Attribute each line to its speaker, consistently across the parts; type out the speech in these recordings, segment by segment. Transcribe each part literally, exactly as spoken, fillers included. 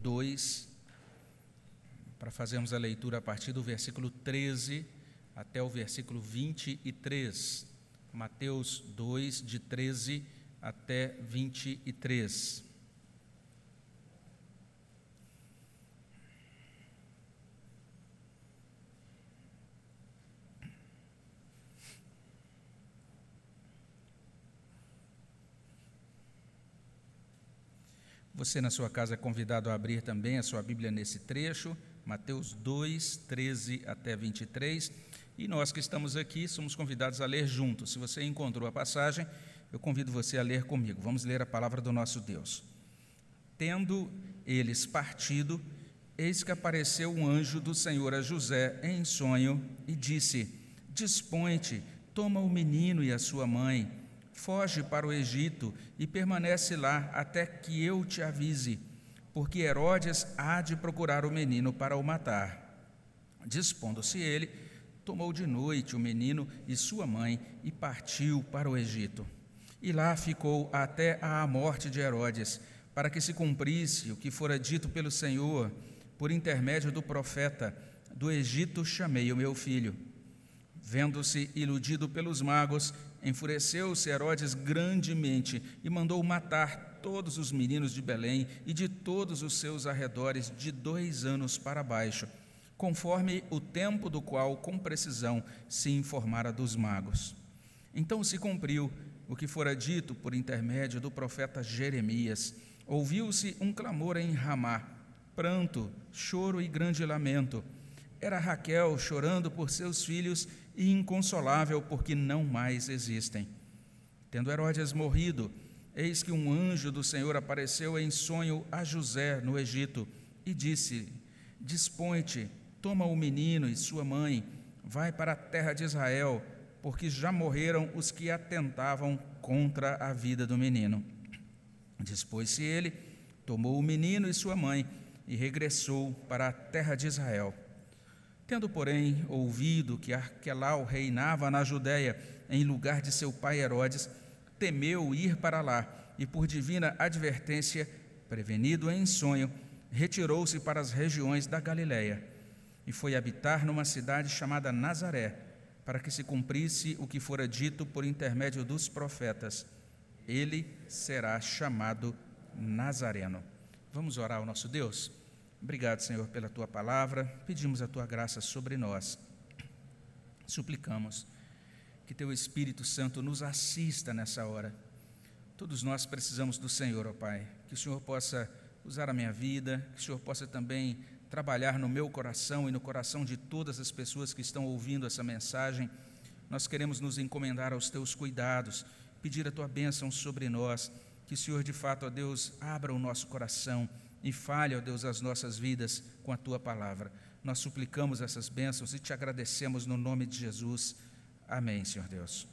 Speaker 1: dois, para fazermos a leitura a partir do versículo treze até o versículo vinte e três. Mateus dois, de treze até vinte e três. Você, na sua casa, é convidado a abrir também a sua Bíblia nesse trecho, Mateus dois, treze até vinte e três, e nós que estamos aqui somos convidados a ler juntos. Se você encontrou a passagem, eu convido você a ler comigo. Vamos ler a palavra do nosso Deus. Tendo eles partido, eis que apareceu um anjo do Senhor a José em sonho e disse: Dispõe-te, toma o menino e a sua mãe, foge para o Egito e permanece lá até que eu te avise, porque Herodes há de procurar o menino para o matar. Dispondo-se ele, tomou de noite o menino e sua mãe e partiu para o Egito. E lá ficou até a morte de Herodes, para que se cumprisse o que fora dito pelo Senhor, por intermédio do profeta: do Egito chamei o meu filho. Vendo-se iludido pelos magos, enfureceu-se Herodes grandemente e mandou matar todos os meninos de Belém e de todos os seus arredores de dois anos para baixo, conforme o tempo do qual com precisão se informara dos magos. Então se cumpriu o que fora dito por intermédio do profeta Jeremias. Ouviu-se um clamor em Ramá, pranto, choro e grande lamento. Era Raquel chorando por seus filhos e inconsolável porque não mais existem. Tendo Herodes morrido, eis que um anjo do Senhor apareceu em sonho a José no Egito e disse: Dispõe-te, toma o menino e sua mãe, vai para a terra de Israel, porque já morreram os que atentavam contra a vida do menino. Dispôs-se ele, tomou o menino e sua mãe e regressou para a terra de Israel. Tendo, porém, ouvido que Arquelau reinava na Judéia em lugar de seu pai Herodes, temeu ir para lá e, por divina advertência, prevenido em sonho, retirou-se para as regiões da Galiléia e foi habitar numa cidade chamada Nazaré, para que se cumprisse o que fora dito por intermédio dos profetas: ele será chamado Nazareno. Vamos orar ao nosso Deus? Obrigado, Senhor, pela Tua palavra, pedimos a Tua graça sobre nós. Suplicamos que Teu Espírito Santo nos assista nessa hora. Todos nós precisamos do Senhor, ó Pai, que o Senhor possa usar a minha vida, que o Senhor possa também trabalhar no meu coração e no coração de todas as pessoas que estão ouvindo essa mensagem. Nós queremos nos encomendar aos Teus cuidados, pedir a Tua bênção sobre nós, que o Senhor, de fato, ó Deus, abra o nosso coração e fale, ó Deus, as nossas vidas com a Tua palavra. Nós suplicamos essas bênçãos e Te agradecemos no nome de Jesus. Amém, Senhor Deus.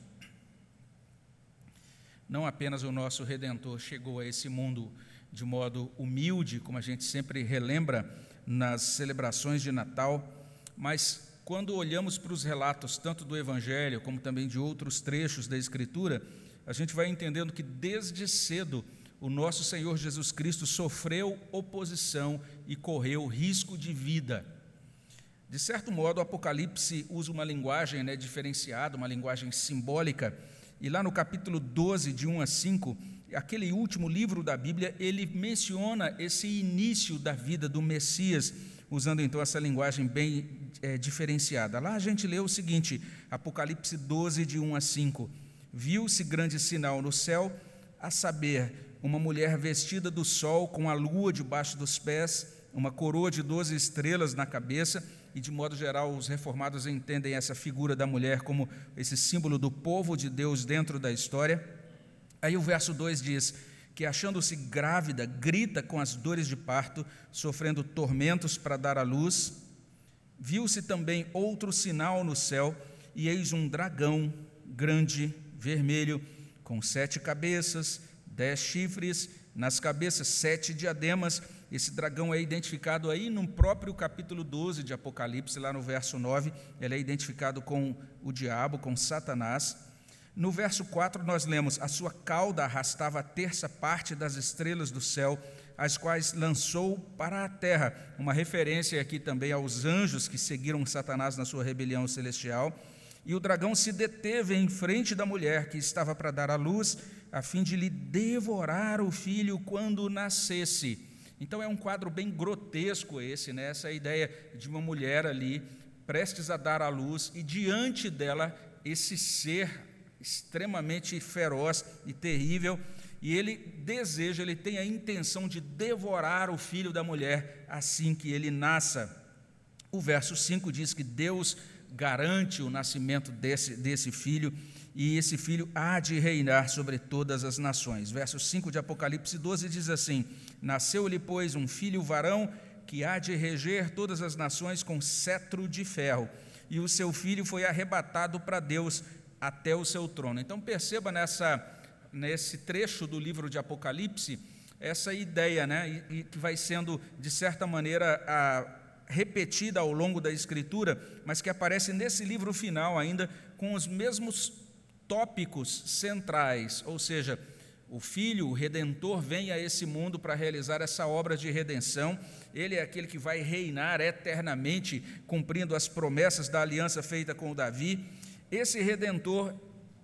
Speaker 1: Não apenas o nosso Redentor chegou a esse mundo de modo humilde, como a gente sempre relembra nas celebrações de Natal, mas quando olhamos para os relatos tanto do Evangelho como também de outros trechos da Escritura, a gente vai entendendo que desde cedo o nosso Senhor Jesus Cristo sofreu oposição e correu risco de vida. De certo modo, o Apocalipse usa uma linguagem né, diferenciada, uma linguagem simbólica, e lá no capítulo doze, de um a cinco, aquele último livro da Bíblia, ele menciona esse início da vida do Messias, usando então essa linguagem bem é, diferenciada. Lá a gente lê o seguinte, Apocalipse doze, de um a cinco, viu-se grande sinal no céu, a saber, uma mulher vestida do sol, com a lua debaixo dos pés, uma coroa de doze estrelas na cabeça, e de modo geral os reformados entendem essa figura da mulher como esse símbolo do povo de Deus dentro da história. Aí o verso dois diz que, achando-se grávida, grita com as dores de parto, sofrendo tormentos para dar à luz. Viu-se também outro sinal no céu, e eis um dragão grande, vermelho, com sete cabeças, dez chifres, nas cabeças sete diademas. Esse dragão é identificado aí no próprio capítulo doze de Apocalipse, lá no verso nove, ele é identificado com o diabo, com Satanás. No verso quatro nós lemos, a sua cauda arrastava a terça parte das estrelas do céu, as quais lançou para a terra. Uma referência aqui também aos anjos que seguiram Satanás na sua rebelião celestial. E o dragão se deteve em frente da mulher que estava para dar à luz, a fim de lhe devorar o filho quando nascesse. Então é um quadro bem grotesco esse, né? Essa ideia de uma mulher ali, prestes a dar à luz, e diante dela esse ser extremamente feroz e terrível, e ele deseja, ele tem a intenção de devorar o filho da mulher assim que ele nasça. O verso cinco diz que Deus garante o nascimento desse, desse filho, e esse filho há de reinar sobre todas as nações. Verso cinco de Apocalipse doze diz assim: nasceu-lhe, pois, um filho varão, que há de reger todas as nações com cetro de ferro, e o seu filho foi arrebatado para Deus até o seu trono. Então perceba nessa, nesse trecho do livro de Apocalipse, essa ideia, né, e, e que vai sendo, de certa maneira, a, repetida ao longo da Escritura, mas que aparece nesse livro final ainda com os mesmos tópicos centrais, ou seja, o Filho, o Redentor, vem a esse mundo para realizar essa obra de redenção. Ele é aquele que vai reinar eternamente, cumprindo as promessas da aliança feita com o Davi. Esse Redentor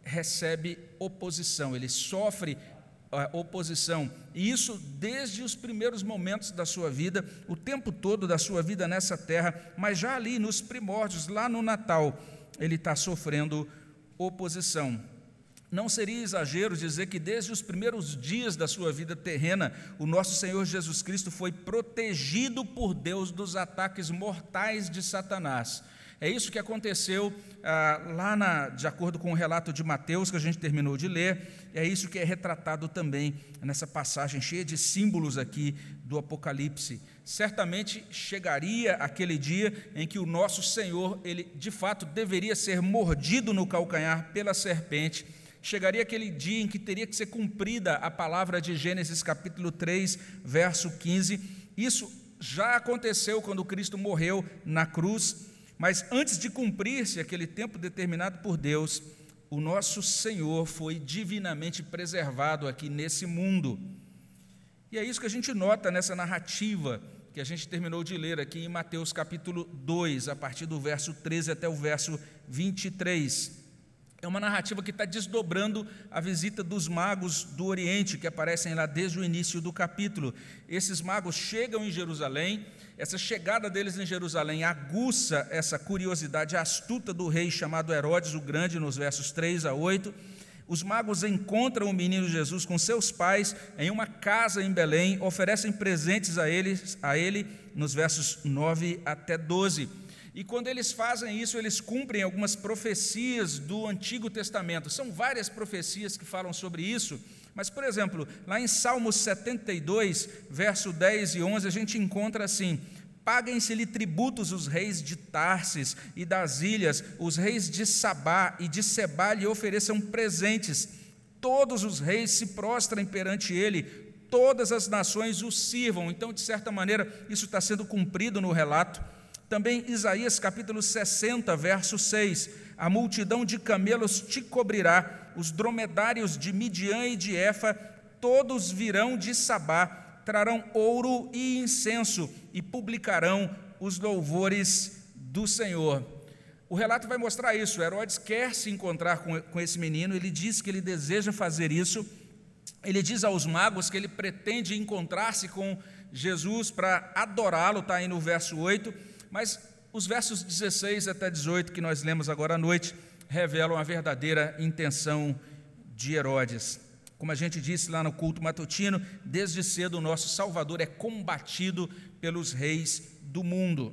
Speaker 1: recebe oposição, ele sofre a oposição, e isso desde os primeiros momentos da sua vida, o tempo todo da sua vida nessa terra, mas já ali nos primórdios, lá no Natal, ele está sofrendo oposição. Não seria exagero dizer que desde os primeiros dias da sua vida terrena, o nosso Senhor Jesus Cristo foi protegido por Deus dos ataques mortais de Satanás. É isso que aconteceu ah, lá, na, de acordo com o relato de Mateus, que a gente terminou de ler, é isso que é retratado também nessa passagem cheia de símbolos aqui do Apocalipse. Certamente chegaria aquele dia em que o nosso Senhor, ele de fato deveria ser mordido no calcanhar pela serpente. Chegaria aquele dia em que teria que ser cumprida a palavra de Gênesis capítulo três, verso quinze. Isso já aconteceu quando Cristo morreu na cruz, mas antes de cumprir-se aquele tempo determinado por Deus, o nosso Senhor foi divinamente preservado aqui nesse mundo. E é isso que a gente nota nessa narrativa que a gente terminou de ler aqui em Mateus capítulo dois, a partir do verso treze até o verso vinte e três. É uma narrativa que está desdobrando a visita dos magos do Oriente, que aparecem lá desde o início do capítulo. Esses magos chegam em Jerusalém, essa chegada deles em Jerusalém aguça essa curiosidade astuta do rei chamado Herodes o Grande, nos versos três a oito. Os magos encontram o menino Jesus com seus pais em uma casa em Belém, oferecem presentes a ele, a ele nos versos nove até doze. E quando eles fazem isso, eles cumprem algumas profecias do Antigo Testamento. São várias profecias que falam sobre isso, mas, por exemplo, lá em Salmos setenta e dois, verso dez e onze, a gente encontra assim: paguem-se-lhe tributos os reis de Tarsis e das ilhas, os reis de Sabá e de Sebá lhe ofereçam presentes. Todos os reis se prostrem perante ele, todas as nações o sirvam. Então, de certa maneira, isso está sendo cumprido no relato. Também Isaías capítulo sessenta, verso seis: a multidão de camelos te cobrirá, os dromedários de Midian e de Efa, todos virão de Sabá, trarão ouro e incenso e publicarão os louvores do Senhor. O relato vai mostrar isso. Herodes quer se encontrar com, com esse menino, ele diz que ele deseja fazer isso, ele diz aos magos que ele pretende encontrar-se com Jesus para adorá-lo, está aí no verso oito, mas os versos dezesseis até dezoito, que nós lemos agora à noite, revelam a verdadeira intenção de Herodes. Como a gente disse lá no culto matutino, desde cedo o nosso Salvador é combatido pelos reis do mundo.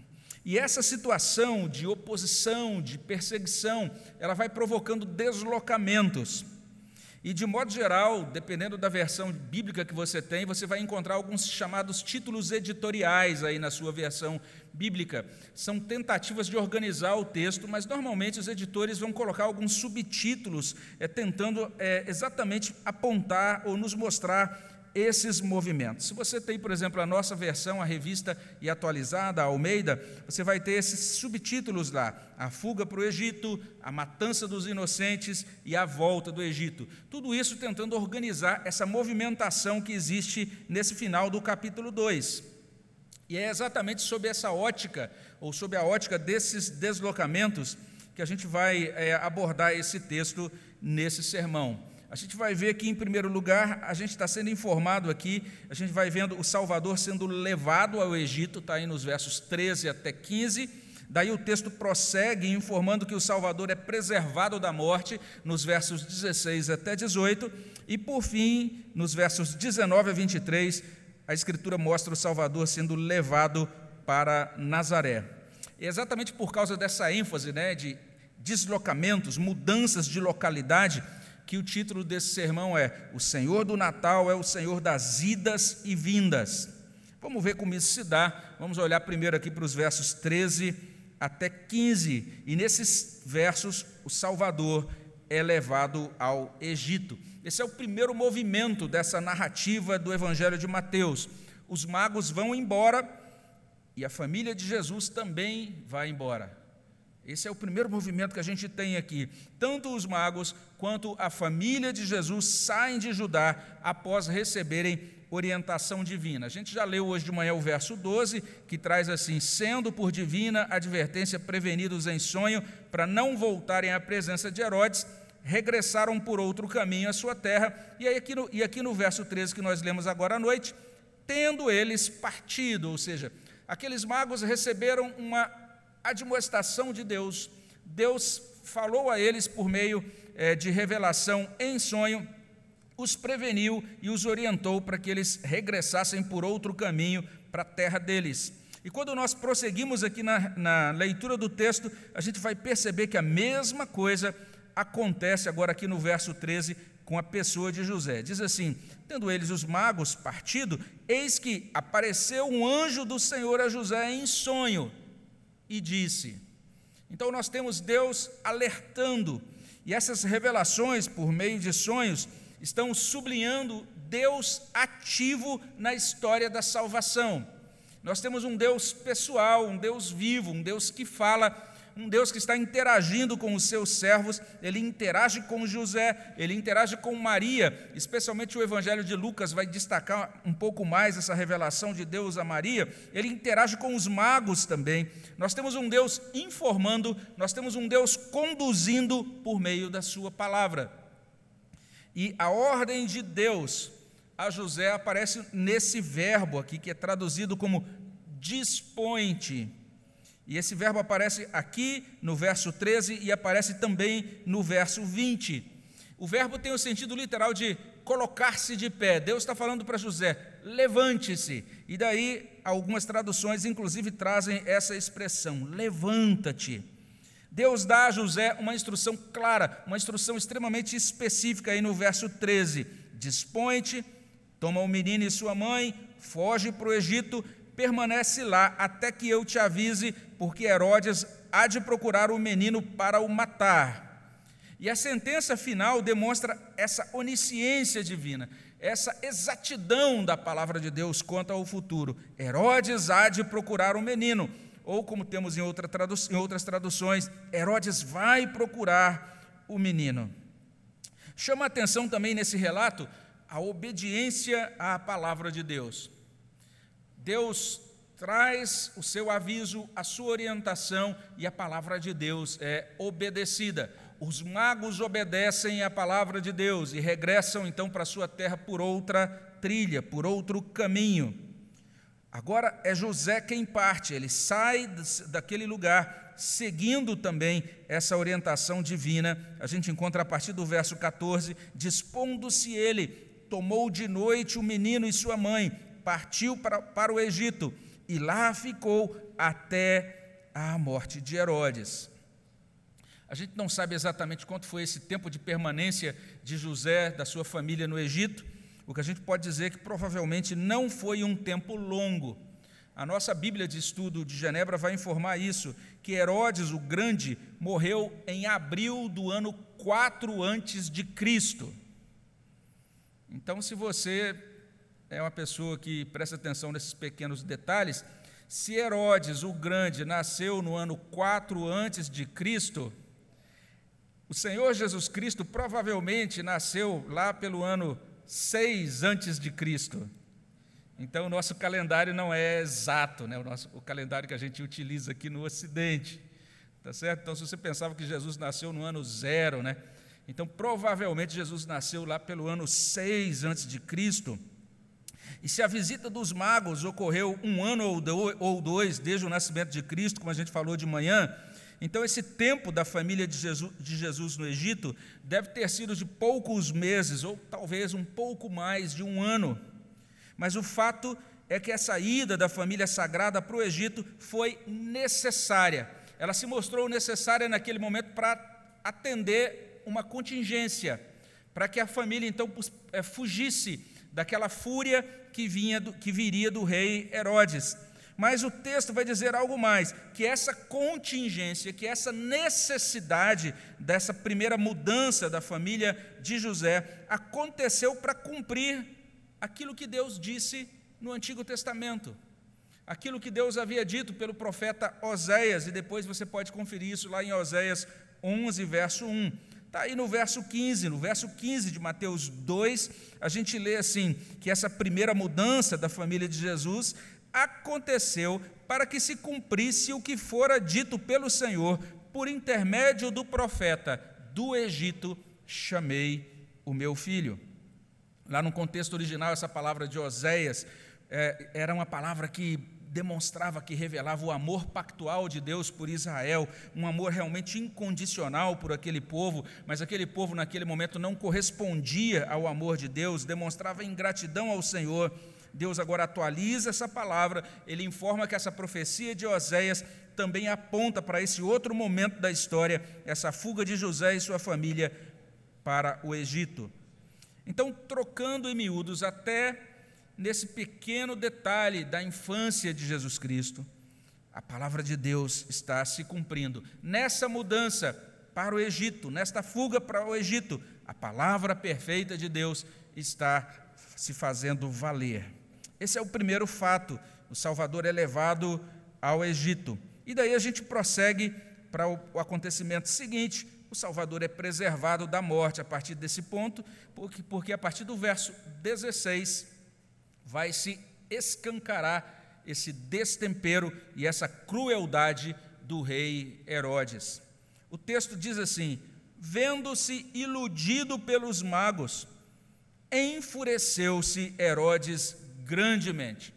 Speaker 1: E essa situação de oposição, de perseguição, ela vai provocando deslocamentos. E, de modo geral, dependendo da versão bíblica que você tem, você vai encontrar alguns chamados títulos editoriais aí na sua versão bíblica. São tentativas de organizar o texto, mas normalmente os editores vão colocar alguns subtítulos, é, tentando é, exatamente apontar ou nos mostrar esses movimentos. Se você tem, por exemplo, a nossa versão, a revista e atualizada, a Almeida, você vai ter esses subtítulos lá: a fuga para o Egito, a matança dos inocentes e a volta do Egito. Tudo isso tentando organizar essa movimentação que existe nesse final do capítulo dois. E é exatamente sob essa ótica, ou sob a ótica desses deslocamentos, que a gente vai é, abordar esse texto nesse sermão. A gente vai ver que, em primeiro lugar, a gente está sendo informado aqui, a gente vai vendo o Salvador sendo levado ao Egito, está aí nos versos treze até quinze, daí o texto prossegue informando que o Salvador é preservado da morte, nos versos dezesseis até dezoito, e, por fim, nos versos dezenove a vinte e três, a Escritura mostra o Salvador sendo levado para Nazaré. E exatamente por causa dessa ênfase, né, de deslocamentos, mudanças de localidade, que o título desse sermão é: o Senhor do Natal é o Senhor das idas e vindas. Vamos ver como isso se dá. Vamos olhar primeiro aqui para os versos treze até quinze, e nesses versos o Salvador é levado ao Egito. Esse é o primeiro movimento dessa narrativa do Evangelho de Mateus. Os magos vão embora e a família de Jesus também vai embora. Esse é o primeiro movimento que a gente tem aqui. Tanto os magos quanto a família de Jesus saem de Judá após receberem orientação divina. A gente já leu hoje de manhã o verso doze, que traz assim: sendo por divina advertência prevenidos em sonho para não voltarem à presença de Herodes, regressaram por outro caminho à sua terra. E, aí aqui no, e aqui no verso treze, que nós lemos agora à noite, tendo eles partido, ou seja, aqueles magos receberam uma admoestação de Deus. Deus falou a eles por meio é, de revelação em sonho, os preveniu e os orientou para que eles regressassem por outro caminho para a terra deles. E quando nós prosseguimos aqui na, na leitura do texto, a gente vai perceber que a mesma coisa acontece agora aqui no verso treze com a pessoa de José. Diz assim: tendo eles, os magos, partido, eis que apareceu um anjo do Senhor a José em sonho e disse. Então nós temos Deus alertando, e essas revelações por meio de sonhos estão sublinhando Deus ativo na história da salvação. Nós temos um Deus pessoal, um Deus vivo, um Deus que fala, um Deus que está interagindo com os seus servos. Ele interage com José, ele interage com Maria, especialmente o Evangelho de Lucas vai destacar um pouco mais essa revelação de Deus a Maria. Ele interage com os magos também. Nós temos um Deus informando, nós temos um Deus conduzindo por meio da sua palavra. E a ordem de Deus a José aparece nesse verbo aqui, que é traduzido como dispõe-te. E esse verbo aparece aqui no verso treze e aparece também no verso vinte. O verbo tem o sentido literal de colocar-se de pé. Deus está falando para José: levante-se. E daí algumas traduções inclusive trazem essa expressão: levanta-te. Deus dá a José uma instrução clara, uma instrução extremamente específica aí no verso treze. Dispõe-te, toma o menino e sua mãe, foge para o Egito, permanece lá até que eu te avise, porque Herodes há de procurar o menino para o matar. E a sentença final demonstra essa onisciência divina, essa exatidão da palavra de Deus quanto ao futuro. Herodes há de procurar o menino, ou como temos em, outra tradu- em outras traduções, Herodes vai procurar o menino. Chama a atenção também nesse relato a obediência à palavra de Deus. Deus traz o seu aviso, a sua orientação, e a palavra de Deus é obedecida. Os magos obedecem à palavra de Deus e regressam então para a sua terra por outra trilha, por outro caminho. Agora é José quem parte, ele sai daquele lugar, seguindo também essa orientação divina. A gente encontra a partir do verso catorze: dispondo-se ele, tomou de noite o menino e sua mãe, partiu para, para o Egito, e lá ficou até a morte de Herodes. A gente não sabe exatamente quanto foi esse tempo de permanência de José, da sua família no Egito. O que a gente pode dizer é que provavelmente não foi um tempo longo. A nossa Bíblia de Estudo de Genebra vai informar isso, que Herodes o Grande morreu em abril do ano quatro antes de Cristo. Então, se você é uma pessoa que presta atenção nesses pequenos detalhes. Se Herodes, o Grande, nasceu no ano quatro antes de Cristo, o Senhor Jesus Cristo provavelmente nasceu lá pelo ano seis antes de Cristo. Então, o nosso calendário não é exato, né? o, nosso, o calendário que a gente utiliza aqui no Ocidente. Tá certo? Então, se você pensava que Jesus nasceu no ano zero, né? Então, provavelmente, Jesus nasceu lá pelo ano seis antes de Cristo. E se a visita dos magos ocorreu um ano ou dois desde o nascimento de Cristo, como a gente falou de manhã, então esse tempo da família de Jesus, de Jesus no Egito deve ter sido de poucos meses, ou talvez um pouco mais de um ano. Mas o fato é que essa ida da família sagrada para o Egito foi necessária. Ela se mostrou necessária naquele momento para atender uma contingência, para que a família então fugisse daquela fúria que, vinha do, que viria do rei Herodes. Mas o texto vai dizer algo mais, que essa contingência, que essa necessidade dessa primeira mudança da família de José aconteceu para cumprir aquilo que Deus disse no Antigo Testamento, aquilo que Deus havia dito pelo profeta Oséias, e depois você pode conferir isso lá em Oséias onze, verso um. Está aí no verso quinze, no verso quinze de Mateus dois, a gente lê assim, que essa primeira mudança da família de Jesus aconteceu para que se cumprisse o que fora dito pelo Senhor, por intermédio do profeta: do Egito chamei o meu filho. Lá no contexto original, essa palavra de Oséias é, era uma palavra que demonstrava, que revelava o amor pactual de Deus por Israel, um amor realmente incondicional por aquele povo, mas aquele povo naquele momento não correspondia ao amor de Deus, demonstrava ingratidão ao Senhor. Deus agora atualiza essa palavra, ele informa que essa profecia de Oséias também aponta para esse outro momento da história, essa fuga de José e sua família para o Egito. Então, trocando em miúdos até nesse pequeno detalhe da infância de Jesus Cristo, a palavra de Deus está se cumprindo. Nessa mudança para o Egito, nesta fuga para o Egito, a palavra perfeita de Deus está se fazendo valer. Esse é o primeiro fato, o Salvador é levado ao Egito. E daí a gente prossegue para o acontecimento seguinte: o Salvador é preservado da morte a partir desse ponto, porque, porque a partir do verso dezesseis vai se escancarar esse destempero e essa crueldade do rei Herodes. O texto diz assim: vendo-se iludido pelos magos, enfureceu-se Herodes grandemente.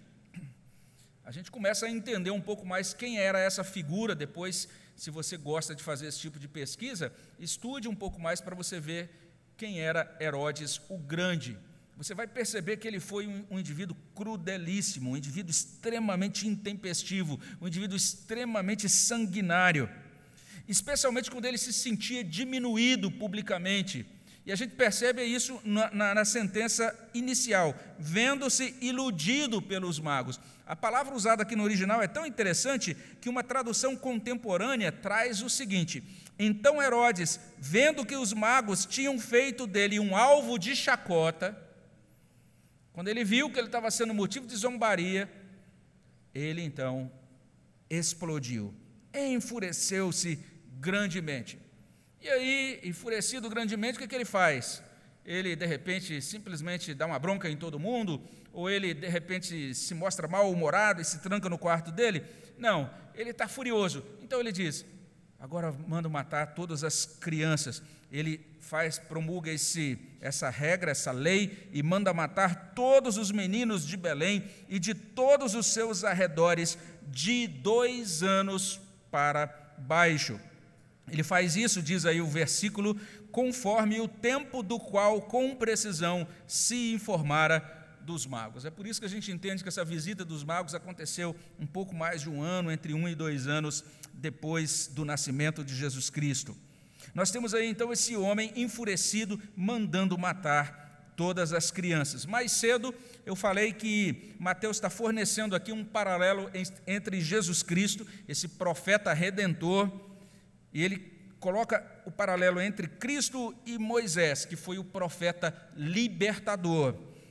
Speaker 1: A gente começa a entender um pouco mais quem era essa figura. Depois, se você gosta de fazer esse tipo de pesquisa, estude um pouco mais para você ver quem era Herodes o Grande. Você vai perceber que ele foi um, um indivíduo crudelíssimo, um indivíduo extremamente intempestivo, um indivíduo extremamente sanguinário, especialmente quando ele se sentia diminuído publicamente. E a gente percebe isso na, na, na sentença inicial, vendo-se iludido pelos magos. A palavra usada aqui no original é tão interessante que uma tradução contemporânea traz o seguinte: então Herodes, vendo que os magos tinham feito dele um alvo de chacota, quando ele viu que ele estava sendo motivo de zombaria, ele então explodiu, enfureceu-se grandemente. E aí, enfurecido grandemente, o que, que ele faz? Ele, de repente, simplesmente dá uma bronca em todo mundo? Ou ele, de repente, se mostra mal-humorado e se tranca no quarto dele? Não, ele está furioso. Então ele diz: agora mando matar todas as crianças. Ele faz, promulga esse, essa regra, essa lei, e manda matar todos os meninos de Belém e de todos os seus arredores, de dois anos para baixo. Ele faz isso, diz aí o versículo, conforme o tempo do qual, com precisão, se informara dos magos. É por isso que a gente entende que essa visita dos magos aconteceu um pouco mais de um ano, entre um e dois anos depois do nascimento de Jesus Cristo. Nós temos aí então esse homem enfurecido, mandando matar todas as crianças. Mais cedo eu falei que Mateus está fornecendo aqui um paralelo entre Jesus Cristo, esse profeta redentor, e ele coloca o paralelo entre Cristo e Moisés, que foi o profeta libertador.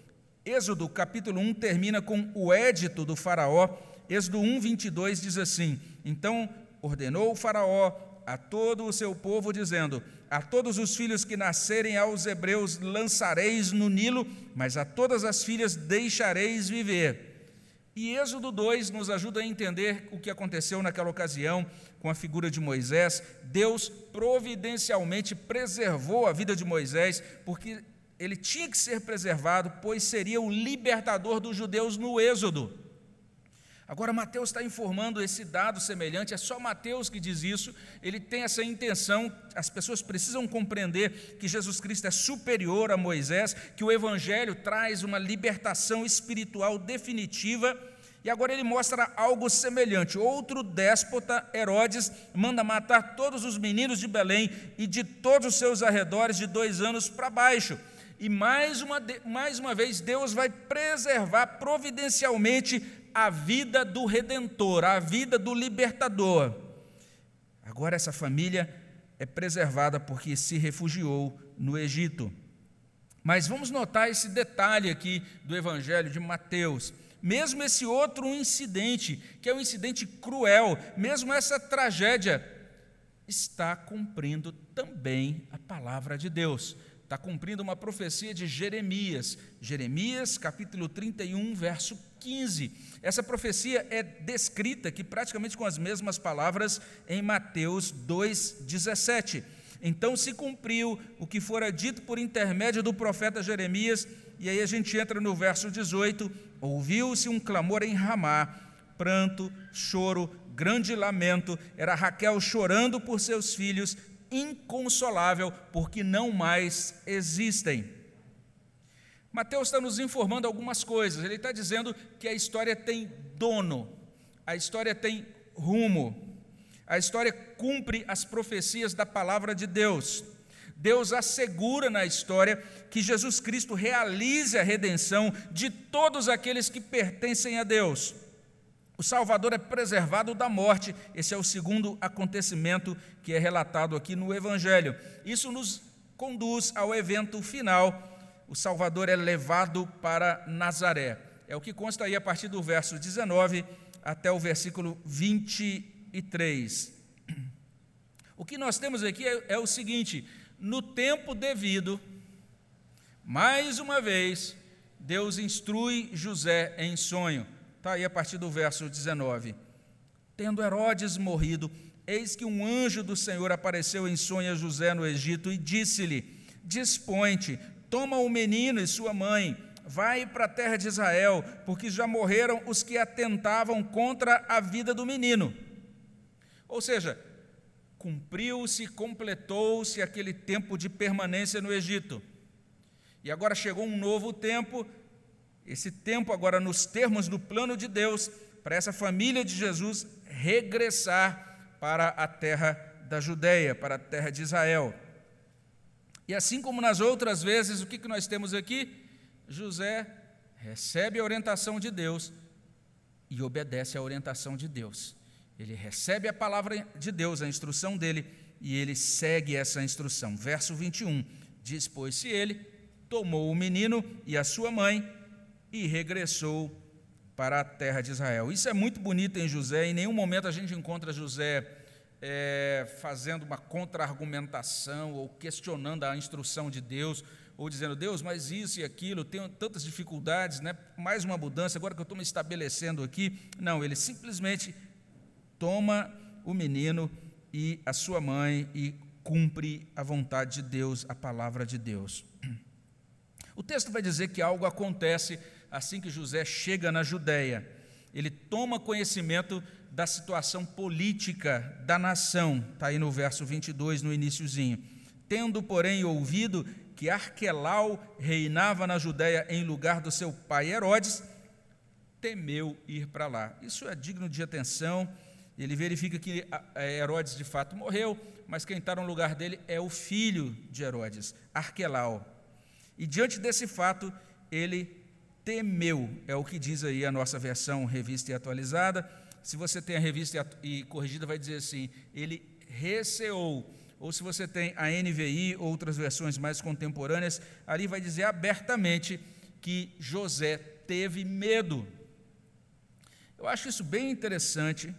Speaker 1: Êxodo capítulo um termina com o édito do faraó. Êxodo um, vinte e dois diz assim: então ordenou o faraó a todo o seu povo, dizendo: a todos os filhos que nascerem aos hebreus lançareis no Nilo, mas a todas as filhas deixareis viver. E Êxodo dois nos ajuda a entender o que aconteceu naquela ocasião com a figura de Moisés. Deus providencialmente preservou a vida de Moisés, porque ele tinha que ser preservado, pois seria o libertador dos judeus no Êxodo. Agora, Mateus está informando esse dado semelhante, é só Mateus que diz isso, ele tem essa intenção, as pessoas precisam compreender que Jesus Cristo é superior a Moisés, que o Evangelho traz uma libertação espiritual definitiva, e agora ele mostra algo semelhante. Outro déspota, Herodes, manda matar todos os meninos de Belém e de todos os seus arredores de dois anos para baixo. E mais uma, mais uma vez, Deus vai preservar providencialmente a vida do Redentor, a vida do libertador. Agora essa família é preservada porque se refugiou no Egito. Mas vamos notar esse detalhe aqui do Evangelho de Mateus. Mesmo esse outro incidente, que é um incidente cruel, mesmo essa tragédia, está cumprindo também a palavra de Deus. Está cumprindo uma profecia de Jeremias. Jeremias, capítulo trinta e um, verso quinze. Essa profecia é descrita aqui praticamente com as mesmas palavras em Mateus dois, dezessete. Então se cumpriu o que fora dito por intermédio do profeta Jeremias, e aí a gente entra no verso dezoito, ouviu-se um clamor em Ramá, pranto, choro, grande lamento, era Raquel chorando por seus filhos, inconsolável, porque não mais existem. Mateus está nos informando algumas coisas. Ele está dizendo que a história tem dono, a história tem rumo, a história cumpre as profecias da palavra de Deus. Deus assegura na história que Jesus Cristo realize a redenção de todos aqueles que pertencem a Deus. O Salvador é preservado da morte. Esse é o segundo acontecimento que é relatado aqui no Evangelho. Isso nos conduz ao evento final. O Salvador é levado para Nazaré. É o que consta aí a partir do verso dezenove até o versículo vinte e três. O que nós temos aqui é, é o seguinte: no tempo devido, mais uma vez, Deus instrui José em sonho. Está aí a partir do verso dezenove. Tendo Herodes morrido, eis que um anjo do Senhor apareceu em sonho a José no Egito e disse-lhe: dispõe-te, toma o menino e sua mãe, vai para a terra de Israel, porque já morreram os que atentavam contra a vida do menino. Ou seja, cumpriu-se, completou-se aquele tempo de permanência no Egito. E agora chegou um novo tempo, esse tempo agora nos termos do plano de Deus, para essa família de Jesus regressar para a terra da Judeia, para a terra de Israel. E assim como nas outras vezes, o que nós temos aqui? José recebe a orientação de Deus e obedece à orientação de Deus. Ele recebe a palavra de Deus, a instrução dele, e ele segue essa instrução. Verso vinte e um, dispôs-se ele, tomou o menino e a sua mãe e regressou para a terra de Israel. Isso é muito bonito em José. Em nenhum momento a gente encontra José é, fazendo uma contra-argumentação ou questionando a instrução de Deus, ou dizendo: Deus, mas isso e aquilo, tenho tantas dificuldades, né? Mais uma mudança, agora que eu estou me estabelecendo aqui. Não, ele simplesmente toma o menino e a sua mãe e cumpre a vontade de Deus, a palavra de Deus. O texto vai dizer que algo acontece assim que José chega na Judéia. Ele toma conhecimento da situação política da nação, está aí no verso vinte e dois, no iniciozinho. Tendo, porém, ouvido que Arquelau reinava na Judéia em lugar do seu pai Herodes, temeu ir para lá. Isso é digno de atenção. Ele verifica que Herodes de fato morreu, mas quem está no lugar dele é o filho de Herodes, Arquelau. E diante desse fato, ele temeu, é o que diz aí a nossa versão revista e atualizada. Se você tem a revista e corrigida, vai dizer assim: ele receou. Ou se você tem a N V I, outras versões mais contemporâneas, ali vai dizer abertamente que José teve medo. Eu acho isso bem interessante,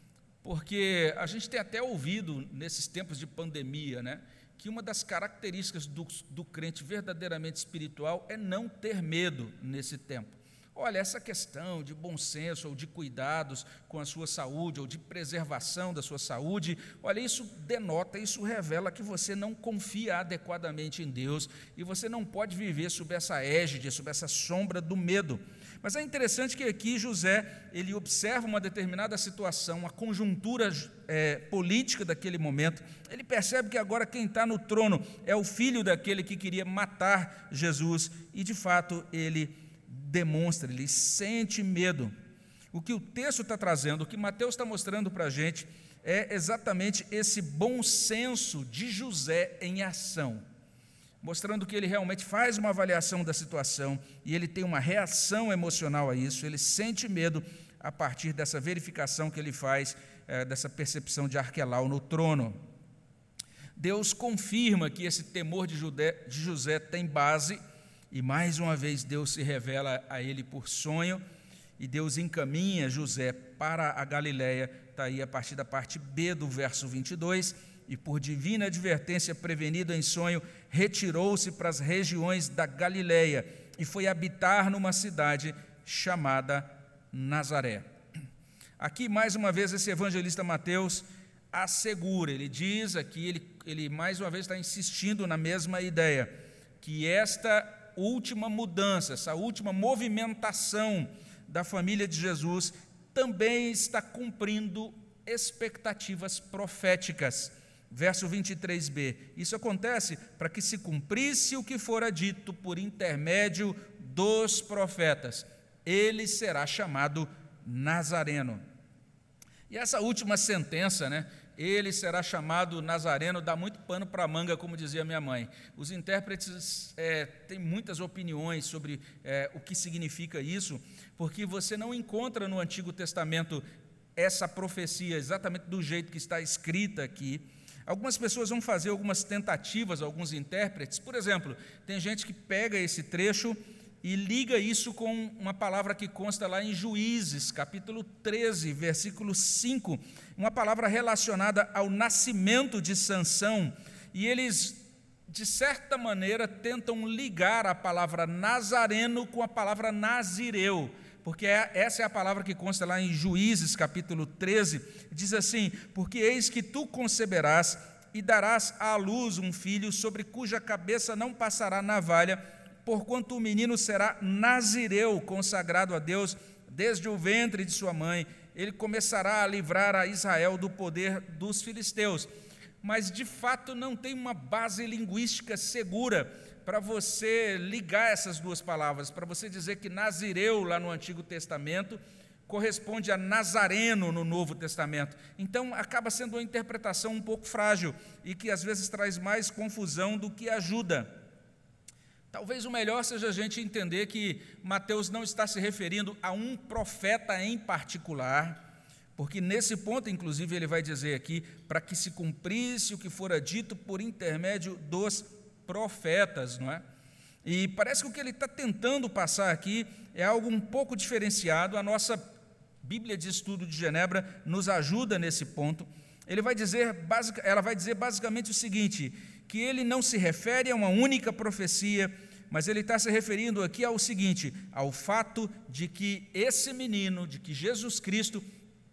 Speaker 1: porque a gente tem até ouvido, nesses tempos de pandemia, né, que uma das características do, do crente verdadeiramente espiritual é não ter medo nesse tempo. Olha, essa questão de bom senso, ou de cuidados com a sua saúde, ou de preservação da sua saúde, olha, isso denota, isso revela que você não confia adequadamente em Deus, e você não pode viver sob essa égide, sob essa sombra do medo. Mas é interessante que aqui José, ele observa uma determinada situação, a conjuntura é, política daquele momento, ele percebe que agora quem está no trono é o filho daquele que queria matar Jesus, e de fato ele demonstra, ele sente medo. O que o texto está trazendo, o que Mateus está mostrando para a gente, é exatamente esse bom senso de José em ação, mostrando que ele realmente faz uma avaliação da situação e ele tem uma reação emocional a isso, ele sente medo a partir dessa verificação que ele faz, é, dessa percepção de Arquelau no trono. Deus confirma que esse temor de José, de José tem base, e mais uma vez Deus se revela a ele por sonho, e Deus encaminha José para a Galileia, está aí a partir da parte B do verso vinte e dois, e por divina advertência, prevenido em sonho, retirou-se para as regiões da Galileia, e foi habitar numa cidade chamada Nazaré. Aqui, mais uma vez, esse evangelista Mateus assegura, ele diz aqui, ele, ele mais uma vez está insistindo na mesma ideia, que esta última mudança, essa última movimentação da família de Jesus também está cumprindo expectativas proféticas. Verso vinte e três b, isso acontece para que se cumprisse o que fora dito por intermédio dos profetas, ele será chamado Nazareno. E essa última sentença, né, ele será chamado Nazareno, dá muito pano para a manga, como dizia minha mãe. Os intérpretes é, têm muitas opiniões sobre é, o que significa isso, porque você não encontra no Antigo Testamento essa profecia exatamente do jeito que está escrita aqui. Algumas pessoas vão fazer algumas tentativas, alguns intérpretes. Por exemplo, tem gente que pega esse trecho e liga isso com uma palavra que consta lá em Juízes, capítulo treze, versículo cinco, uma palavra relacionada ao nascimento de Sansão, e eles, de certa maneira, tentam ligar a palavra Nazareno com a palavra Nazireu, porque essa é a palavra que consta lá em Juízes, capítulo treze, diz assim: porque eis que tu conceberás e darás à luz um filho, sobre cuja cabeça não passará navalha, porquanto o menino será nazireu, consagrado a Deus desde o ventre de sua mãe, ele começará a livrar a Israel do poder dos filisteus. Mas, de fato, não tem uma base linguística segura para você ligar essas duas palavras, para você dizer que nazireu, lá no Antigo Testamento, corresponde a Nazareno no Novo Testamento. Então, acaba sendo uma interpretação um pouco frágil e que, às vezes, traz mais confusão do que ajuda. Talvez o melhor seja a gente entender que Mateus não está se referindo a um profeta em particular, porque nesse ponto, inclusive, ele vai dizer aqui, para que se cumprisse o que fora dito por intermédio dos profetas, não é? E parece que o que ele está tentando passar aqui é algo um pouco diferenciado. A nossa Bíblia de Estudo de Genebra nos ajuda nesse ponto. Ele vai dizer, ela vai dizer basicamente o seguinte, que ele não se refere a uma única profecia, mas ele está se referindo aqui ao seguinte, ao fato de que esse menino, de que Jesus Cristo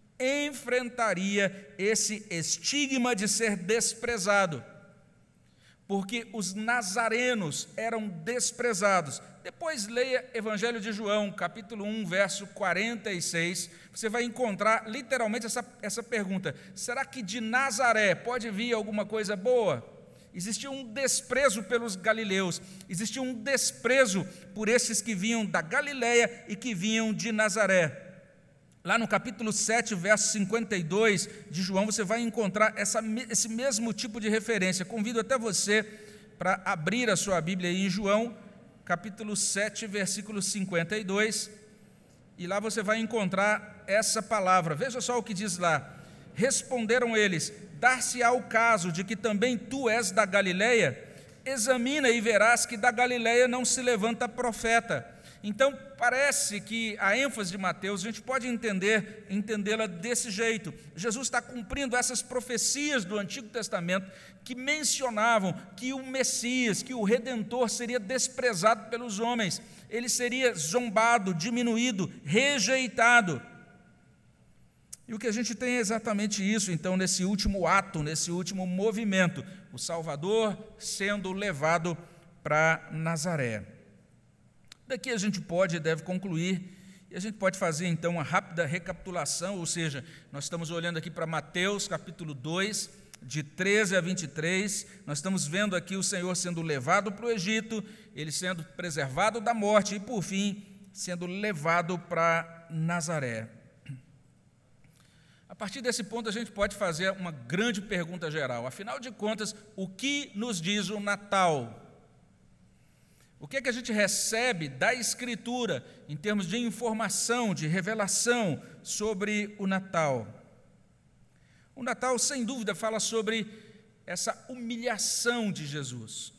Speaker 1: enfrentaria esse estigma de ser desprezado, porque os nazarenos eram desprezados. Depois leia Evangelho de João, capítulo um, verso quarenta e seis, você vai encontrar literalmente essa, essa pergunta: será que de Nazaré pode vir alguma coisa boa? Existia um desprezo pelos galileus, existia um desprezo por esses que vinham da Galileia e que vinham de Nazaré. Lá no capítulo sete, verso cinquenta e dois de João, você vai encontrar essa, esse mesmo tipo de referência. Convido até você para abrir a sua Bíblia aí em João, capítulo sete, versículo cinquenta e dois, e lá você vai encontrar essa palavra. Veja só o que diz lá: responderam eles: dar-se-á o caso de que também tu és da Galileia? Examina e verás que da Galileia não se levanta profeta. Então, parece que a ênfase de Mateus, a gente pode entender, entendê-la desse jeito. Jesus está cumprindo essas profecias do Antigo Testamento que mencionavam que o Messias, que o Redentor seria desprezado pelos homens, ele seria zombado, diminuído, rejeitado. E o que a gente tem é exatamente isso, então, nesse último ato, nesse último movimento, o Salvador sendo levado para Nazaré. Daqui a gente pode e deve concluir, e a gente pode fazer então uma rápida recapitulação, ou seja, nós estamos olhando aqui para Mateus capítulo dois, de treze a vinte e três, nós estamos vendo aqui o Senhor sendo levado para o Egito, ele sendo preservado da morte e, por fim, sendo levado para Nazaré. A partir desse ponto, a gente pode fazer uma grande pergunta geral. Afinal de contas, o que nos diz o Natal? O que é que a gente recebe da Escritura em termos de informação, de revelação sobre o Natal? O Natal, sem dúvida, fala sobre essa humilhação de Jesus.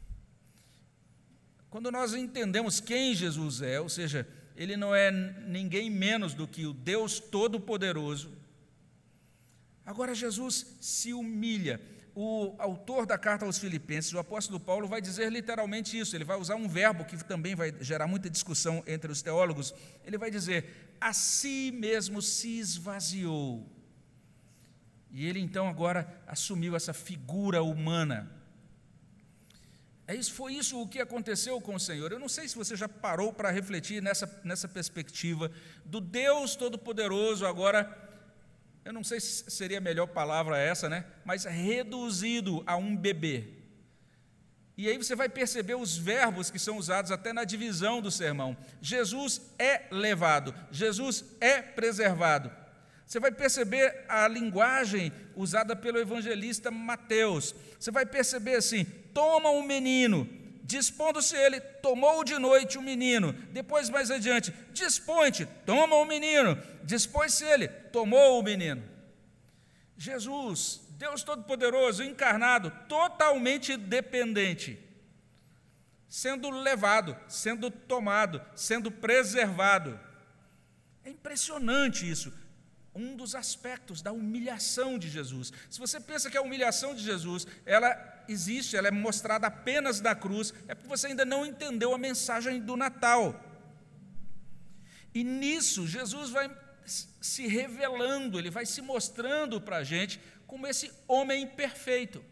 Speaker 1: Quando nós entendemos quem Jesus é, ou seja, ele não é ninguém menos do que o Deus Todo-Poderoso. Agora Jesus se humilha. O autor da carta aos Filipenses, o apóstolo Paulo, vai dizer literalmente isso. Ele vai usar um verbo que também vai gerar muita discussão entre os teólogos. Ele vai dizer, a si mesmo se esvaziou. E ele então agora assumiu essa figura humana. É isso, foi isso o que aconteceu com o Senhor. Eu não sei se você já parou para refletir nessa, nessa perspectiva do Deus Todo-Poderoso agora, eu não sei se seria a melhor palavra essa, né? Mas reduzido a um bebê. E aí você vai perceber os verbos que são usados até na divisão do sermão. Jesus é levado, Jesus é preservado. Você vai perceber a linguagem usada pelo evangelista Mateus. Você vai perceber assim, toma um menino, dispondo-se ele, tomou de noite o menino. Depois, mais adiante, dispõe-te, toma o menino. Dispôs-se ele, tomou o menino. Jesus, Deus Todo-Poderoso, encarnado, totalmente dependente, sendo levado, sendo tomado, sendo preservado. É impressionante isso. Um dos aspectos da humilhação de Jesus. Se você pensa que a humilhação de Jesus, ela existe, ela é mostrada apenas na cruz, é porque você ainda não entendeu a mensagem do Natal. E nisso, Jesus vai se revelando, ele vai se mostrando para a gente como esse homem perfeito.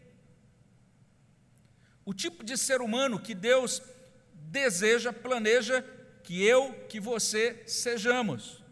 Speaker 1: O tipo de ser humano que Deus deseja, planeja que eu, que você sejamos.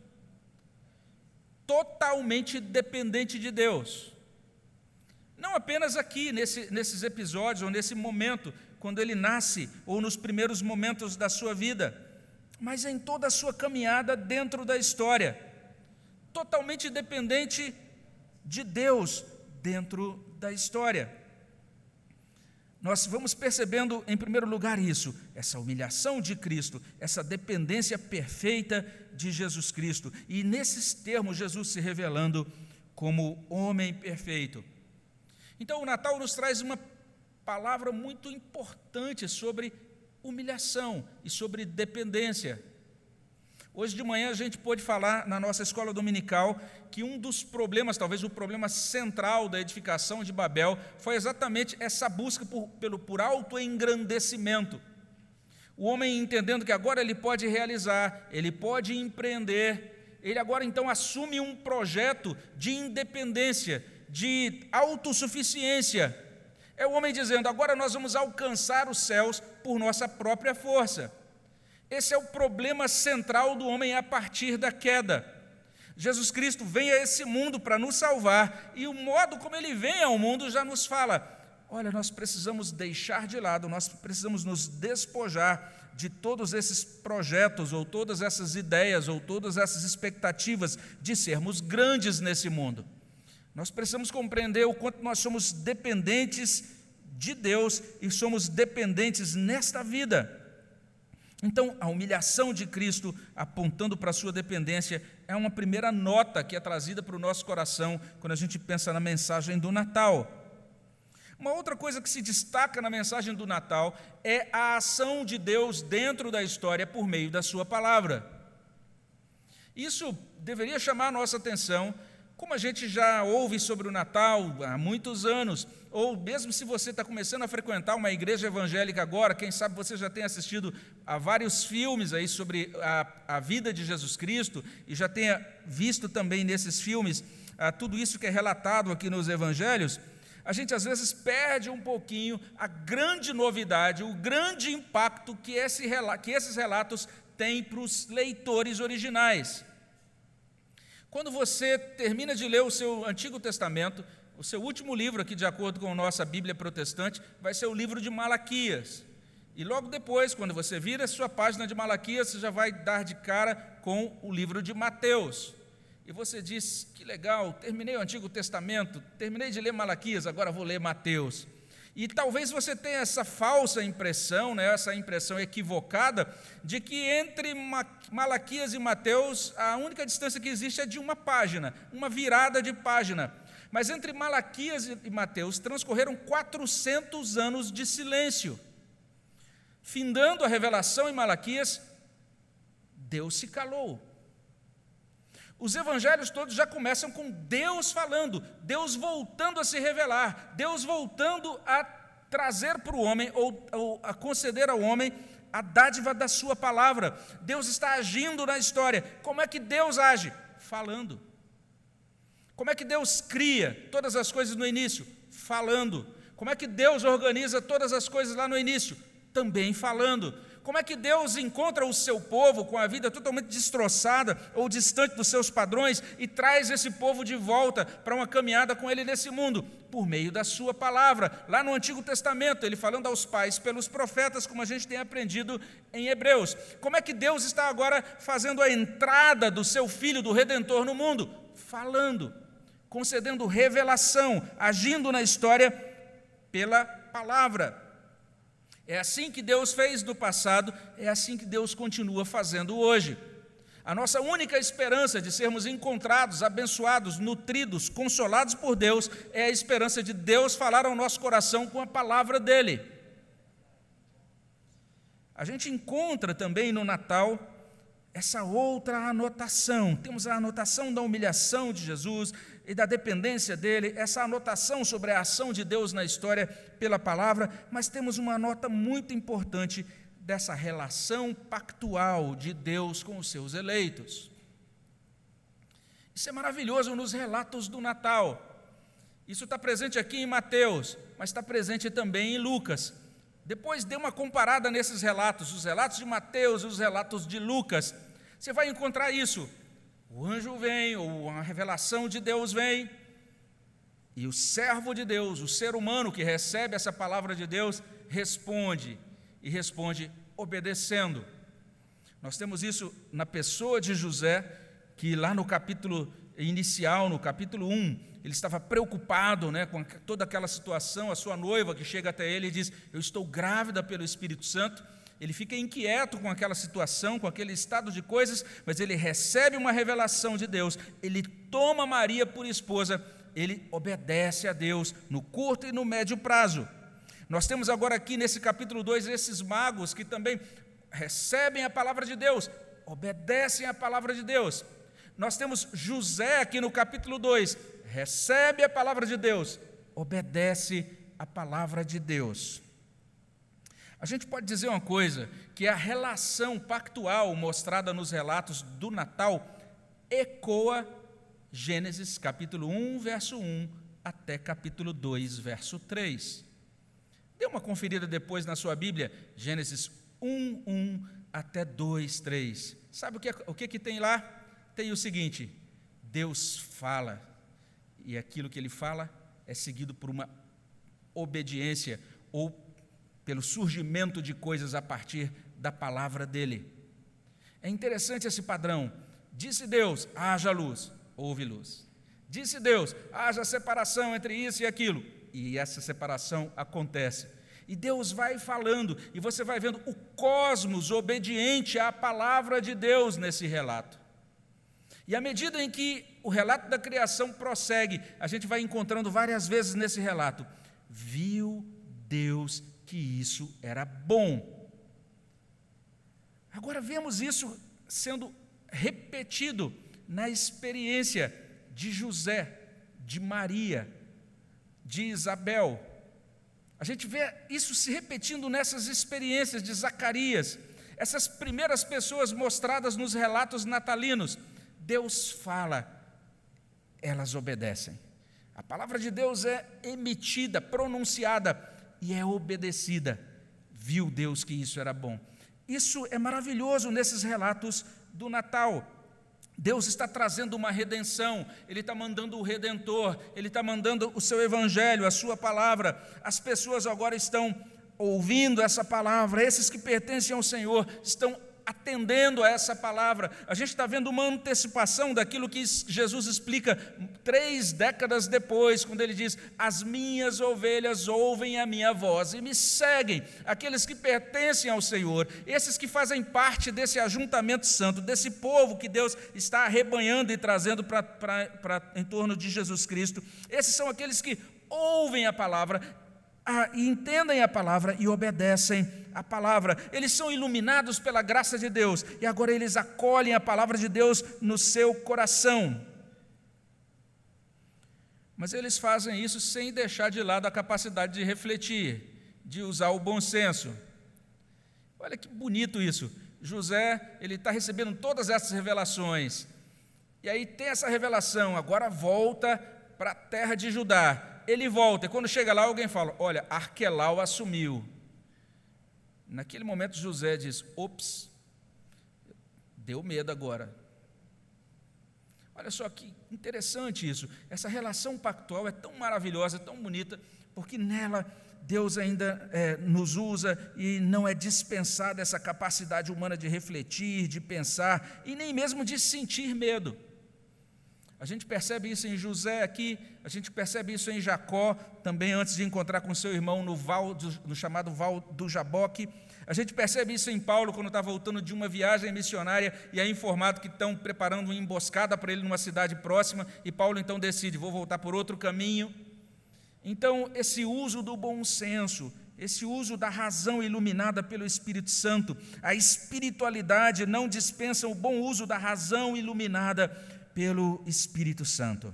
Speaker 1: Totalmente dependente de Deus. Não apenas aqui, nesse, nesses episódios, ou nesse momento, quando ele nasce, ou nos primeiros momentos da sua vida, mas em toda a sua caminhada dentro da história. Totalmente dependente de Deus dentro da história. Nós vamos percebendo, em primeiro lugar, isso, essa humilhação de Cristo, essa dependência perfeita de Jesus Cristo. E nesses termos, Jesus se revelando como homem perfeito. Então, o Natal nos traz uma palavra muito importante sobre humilhação e sobre dependência. Hoje de manhã a gente pôde falar na nossa escola dominical que um dos problemas, talvez o problema central da edificação de Babel, foi exatamente essa busca por, pelo, por autoengrandecimento. O homem entendendo que agora ele pode realizar, ele pode empreender, ele agora então assume um projeto de independência, de autossuficiência. É o homem dizendo, agora nós vamos alcançar os céus por nossa própria força. Esse é o problema central do homem a partir da queda. Jesus Cristo vem a esse mundo para nos salvar, e o modo como ele vem ao mundo já nos fala, olha, nós precisamos deixar de lado, nós precisamos nos despojar de todos esses projetos, ou todas essas ideias, ou todas essas expectativas de sermos grandes nesse mundo. Nós precisamos compreender o quanto nós somos dependentes de Deus e somos dependentes nesta vida. Então, a humilhação de Cristo, apontando para a sua dependência, é uma primeira nota que é trazida para o nosso coração quando a gente pensa na mensagem do Natal. Uma outra coisa que se destaca na mensagem do Natal é a ação de Deus dentro da história por meio da sua palavra. Isso deveria chamar a nossa atenção, como a gente já ouve sobre o Natal há muitos anos, ou mesmo se você está começando a frequentar uma igreja evangélica agora, quem sabe você já tem assistido a vários filmes aí sobre a, a vida de Jesus Cristo, e já tenha visto também nesses filmes ah, tudo isso que é relatado aqui nos evangelhos, a gente às vezes perde um pouquinho a grande novidade, o grande impacto que, esse, que esses relatos têm para os leitores originais. Quando você termina de ler o seu Antigo Testamento, o seu último livro aqui, de acordo com a nossa Bíblia protestante, vai ser o livro de Malaquias. E logo depois, quando você vira a sua página de Malaquias, você já vai dar de cara com o livro de Mateus. E você diz, que legal, terminei o Antigo Testamento, terminei de ler Malaquias, agora vou ler Mateus. E talvez você tenha essa falsa impressão, né, essa impressão equivocada, de que entre Malaquias e Mateus, a única distância que existe é de uma página, uma virada de página. Mas entre Malaquias e Mateus transcorreram quatrocentos anos de silêncio. Findando a revelação em Malaquias, Deus se calou. Os evangelhos todos já começam com Deus falando, Deus voltando a se revelar, Deus voltando a trazer para o homem, ou, ou a conceder ao homem a dádiva da sua palavra. Deus está agindo na história. Como é que Deus age? Falando. Como é que Deus cria todas as coisas no início? Falando. Como é que Deus organiza todas as coisas lá no início? Também falando. Como é que Deus encontra o seu povo com a vida totalmente destroçada ou distante dos seus padrões e traz esse povo de volta para uma caminhada com Ele nesse mundo? Por meio da sua palavra. Lá no Antigo Testamento, Ele falando aos pais pelos profetas, como a gente tem aprendido em Hebreus. Como é que Deus está agora fazendo a entrada do seu Filho, do Redentor, no mundo? Falando, concedendo revelação, agindo na história pela palavra. É assim que Deus fez no passado, é assim que Deus continua fazendo hoje. A nossa única esperança de sermos encontrados, abençoados, nutridos, consolados por Deus, é a esperança de Deus falar ao nosso coração com a palavra dEle. A gente encontra também no Natal essa outra anotação. Temos a anotação da humilhação de Jesus e da dependência dele, essa anotação sobre a ação de Deus na história pela palavra, mas temos uma nota muito importante dessa relação pactual de Deus com os seus eleitos. Isso é maravilhoso nos relatos do Natal. Isso está presente aqui em Mateus, mas está presente também em Lucas. Depois dê uma comparada nesses relatos, os relatos de Mateus e os relatos de Lucas. Você vai encontrar isso. O anjo vem, ou a revelação de Deus vem, e o servo de Deus, o ser humano que recebe essa palavra de Deus, responde, e responde obedecendo. Nós temos isso na pessoa de José, que lá no capítulo inicial, no capítulo um, ele estava preocupado, né, com toda aquela situação, a sua noiva que chega até ele e diz, eu estou grávida pelo Espírito Santo. Ele fica inquieto com aquela situação, com aquele estado de coisas, mas ele recebe uma revelação de Deus, ele toma Maria por esposa, ele obedece a Deus no curto e no médio prazo. Nós temos agora aqui nesse capítulo dois esses magos que também recebem a palavra de Deus, obedecem a palavra de Deus. Nós temos José aqui no capítulo dois, recebe a palavra de Deus, obedece a palavra de Deus. A gente pode dizer uma coisa, que a relação pactual mostrada nos relatos do Natal ecoa Gênesis capítulo um, verso um, até capítulo dois, verso três. Dê uma conferida depois na sua Bíblia, Gênesis um, um até dois, três. Sabe o que, o que, que tem lá? Tem o seguinte, Deus fala, e aquilo que Ele fala é seguido por uma obediência ou pelo surgimento de coisas a partir da palavra dEle. É interessante esse padrão. Disse Deus, haja luz, houve luz. Disse Deus, haja separação entre isso e aquilo, e essa separação acontece. E Deus vai falando, e você vai vendo o cosmos obediente à palavra de Deus nesse relato. E à medida em que o relato da criação prossegue, a gente vai encontrando várias vezes nesse relato Viu Deus que isso era bom. Agora vemos isso sendo repetido na experiência de José, de Maria, de Isabel. A gente vê isso se repetindo nessas experiências de Zacarias, essas primeiras pessoas mostradas nos relatos natalinos. Deus fala, elas obedecem. A palavra de Deus é emitida, pronunciada e é obedecida. Viu Deus que isso era bom. Isso é maravilhoso nesses relatos do Natal. Deus está trazendo uma redenção, Ele está mandando o Redentor, Ele está mandando o seu Evangelho, a sua palavra. As pessoas agora estão ouvindo essa palavra, esses que pertencem ao Senhor estão atendendo a essa palavra. A gente está vendo uma antecipação daquilo que Jesus explica três décadas depois, quando ele diz: as minhas ovelhas ouvem a minha voz e me seguem. Aqueles que pertencem ao Senhor, esses que fazem parte desse ajuntamento santo, desse povo que Deus está arrebanhando e trazendo para, para, para, em torno de Jesus Cristo, esses são aqueles que ouvem a palavra, Ah, e entendem a palavra e obedecem a palavra. Eles são iluminados pela graça de Deus e agora eles acolhem a palavra de Deus no seu coração. Mas eles fazem isso sem deixar de lado a capacidade de refletir, de usar o bom senso. Olha que bonito isso. José, ele está recebendo todas essas revelações, e aí tem essa revelação, agora volta para a terra de Judá. Ele volta, e quando chega lá, alguém fala: olha, Arquelau assumiu. Naquele momento, José diz: ops, deu medo agora. Olha só que interessante isso. Essa relação pactual é tão maravilhosa, tão bonita, porque nela Deus ainda é, nos usa e não é dispensada essa capacidade humana de refletir, de pensar e nem mesmo de sentir medo. A gente percebe isso em José aqui, a gente percebe isso em Jacó, também antes de encontrar com seu irmão no, val do, no chamado Val do Jaboque. A gente percebe isso em Paulo, quando está voltando de uma viagem missionária e é informado que estão preparando uma emboscada para ele numa cidade próxima, e Paulo então decide: vou voltar por outro caminho. Então, esse uso do bom senso, esse uso da razão iluminada pelo Espírito Santo, a espiritualidade não dispensa o bom uso da razão iluminada pelo Espírito Santo.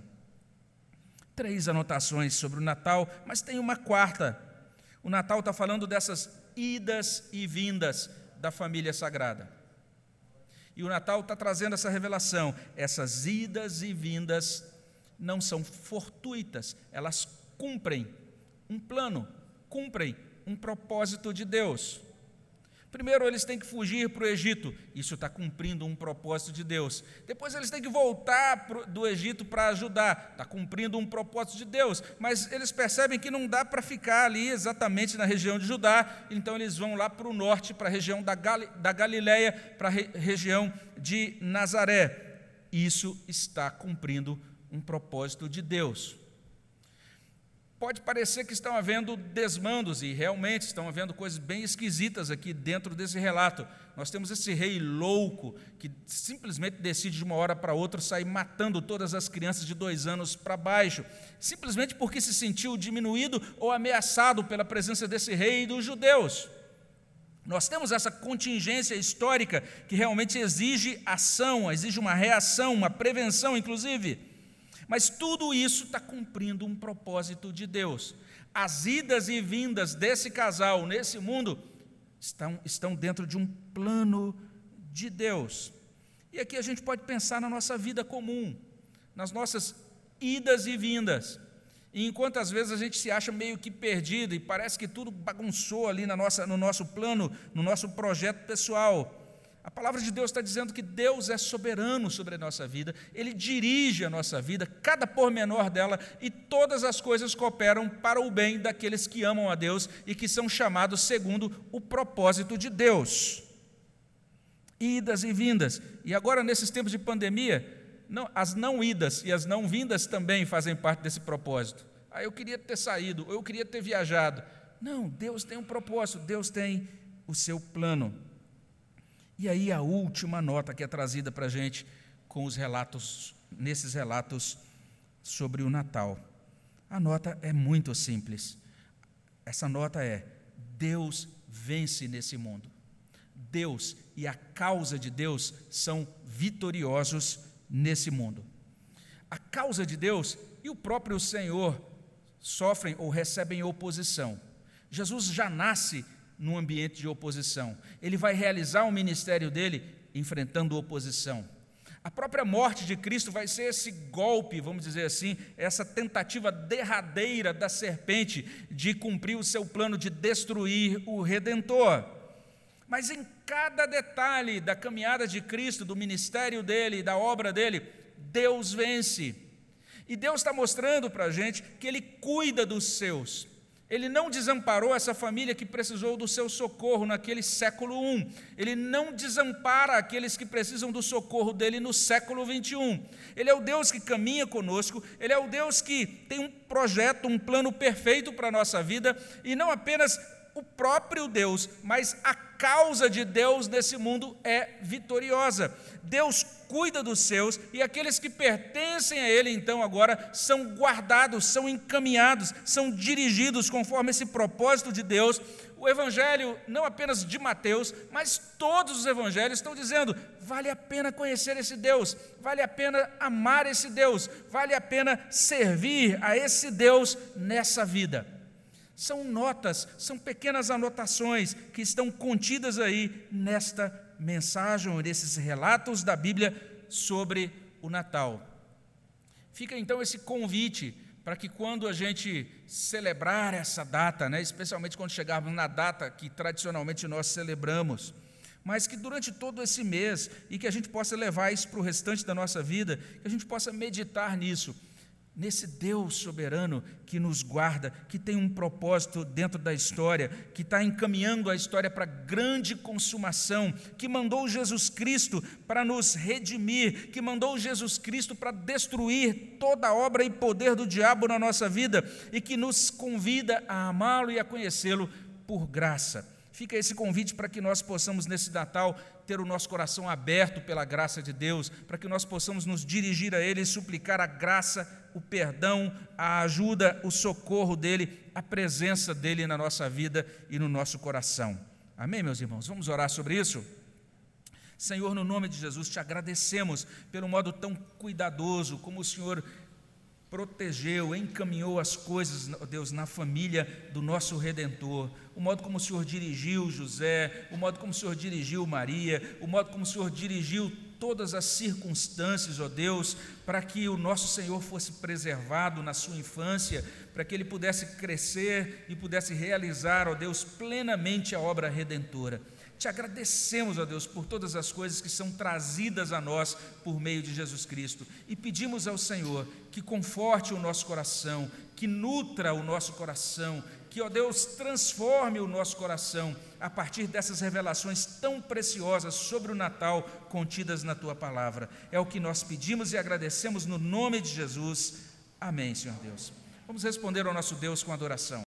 Speaker 1: Três anotações sobre o Natal, mas tem uma quarta. O Natal está falando dessas idas e vindas da família sagrada. E o Natal está trazendo essa revelação. Essas idas e vindas não são fortuitas, elas cumprem um plano, cumprem um propósito de Deus. Primeiro, eles têm que fugir para o Egito. Isso está cumprindo um propósito de Deus. Depois, eles têm que voltar do Egito para ajudar. Está cumprindo um propósito de Deus. Mas eles percebem que não dá para ficar ali exatamente na região de Judá. Então, eles vão lá para o norte, para a região da, Gal- da Galileia, para a re- região de Nazaré. Isso está cumprindo um propósito de Deus. Pode parecer que estão havendo desmandos, e realmente estão havendo coisas bem esquisitas aqui dentro desse relato. Nós temos esse rei louco que simplesmente decide de uma hora para outra sair matando todas as crianças de dois anos para baixo, simplesmente porque se sentiu diminuído ou ameaçado pela presença desse rei dos judeus. Nós temos essa contingência histórica que realmente exige ação, exige uma reação, uma prevenção, inclusive. Mas tudo isso está cumprindo um propósito de Deus. As idas e vindas desse casal nesse mundo estão, estão dentro de um plano de Deus. E aqui a gente pode pensar na nossa vida comum, nas nossas idas e vindas. E enquanto às vezes a gente se acha meio que perdido e parece que tudo bagunçou ali na nossa, no nosso plano, no nosso projeto pessoal, a palavra de Deus está dizendo que Deus é soberano sobre a nossa vida, Ele dirige a nossa vida, cada pormenor dela, e todas as coisas cooperam para o bem daqueles que amam a Deus e que são chamados segundo o propósito de Deus. Idas e vindas. E agora, nesses tempos de pandemia, não, as não idas e as não vindas também fazem parte desse propósito. Ah, eu queria ter saído, eu queria ter viajado. Não, Deus tem um propósito, Deus tem o seu plano. E aí a última nota que é trazida para a gente com os relatos, nesses relatos sobre o Natal. A nota é muito simples. essa nota é: Deus vence nesse mundo. Deus e a causa de Deus são vitoriosos nesse mundo. A causa de Deus e o próprio Senhor sofrem ou recebem oposição. Jesus já nasce num ambiente de oposição. Ele vai realizar o ministério dele enfrentando oposição. A própria morte de Cristo vai ser esse golpe, vamos dizer assim, essa tentativa derradeira da serpente de cumprir o seu plano de destruir o Redentor. Mas em cada detalhe da caminhada de Cristo, do ministério dele, da obra dele, Deus vence. E Deus está mostrando para a gente que Ele cuida dos seus. Ele não desamparou essa família que precisou do seu socorro naquele século um. Ele não desampara aqueles que precisam do socorro dele no século vinte e um. Ele é o Deus que caminha conosco, Ele é o Deus que tem um projeto, um plano perfeito para a nossa vida, e não apenas o próprio Deus, mas a causa de Deus nesse mundo é vitoriosa. Deus cuida dos seus, e aqueles que pertencem a Ele, então, agora, são guardados, são encaminhados, são dirigidos conforme esse propósito de Deus. O Evangelho, não apenas de Mateus, mas todos os Evangelhos estão dizendo: vale a pena conhecer esse Deus, vale a pena amar esse Deus, vale a pena servir a esse Deus nessa vida. São notas, são pequenas anotações que estão contidas aí nesta mensagem, nesses relatos da Bíblia sobre o Natal. Fica então esse convite para que quando a gente celebrar essa data, né, especialmente quando chegarmos na data que tradicionalmente nós celebramos, mas que durante todo esse mês, e que a gente possa levar isso para o restante da nossa vida, que a gente possa meditar nisso, nesse Deus soberano que nos guarda, que tem um propósito dentro da história, que está encaminhando a história para grande consumação, que mandou Jesus Cristo para nos redimir, que mandou Jesus Cristo para destruir toda a obra e poder do diabo na nossa vida, e que nos convida a amá-lo e a conhecê-lo por graça. Fica esse convite para que nós possamos, nesse Natal, ter o nosso coração aberto pela graça de Deus, para que nós possamos nos dirigir a Ele e suplicar a graça, o perdão, a ajuda, o socorro dEle, a presença dEle na nossa vida e no nosso coração. Amém, meus irmãos? Vamos orar sobre isso? Senhor, no nome de Jesus, te agradecemos pelo modo tão cuidadoso como o Senhor protegeu, encaminhou as coisas, Deus, na família do nosso Redentor, o modo como o Senhor dirigiu José, o modo como o Senhor dirigiu Maria, o modo como o Senhor dirigiu todas as circunstâncias, ó Deus, para que o nosso Senhor fosse preservado na sua infância, para que ele pudesse crescer e pudesse realizar, ó Deus, plenamente a obra redentora. Te agradecemos, ó Deus, por todas as coisas que são trazidas a nós por meio de Jesus Cristo, e pedimos ao Senhor que conforte o nosso coração, que nutra o nosso coração, que, ó Deus, transforme o nosso coração a partir dessas revelações tão preciosas sobre o Natal contidas na Tua Palavra. É o que nós pedimos e agradecemos no nome de Jesus. Amém, Senhor Deus. Vamos responder ao nosso Deus com adoração.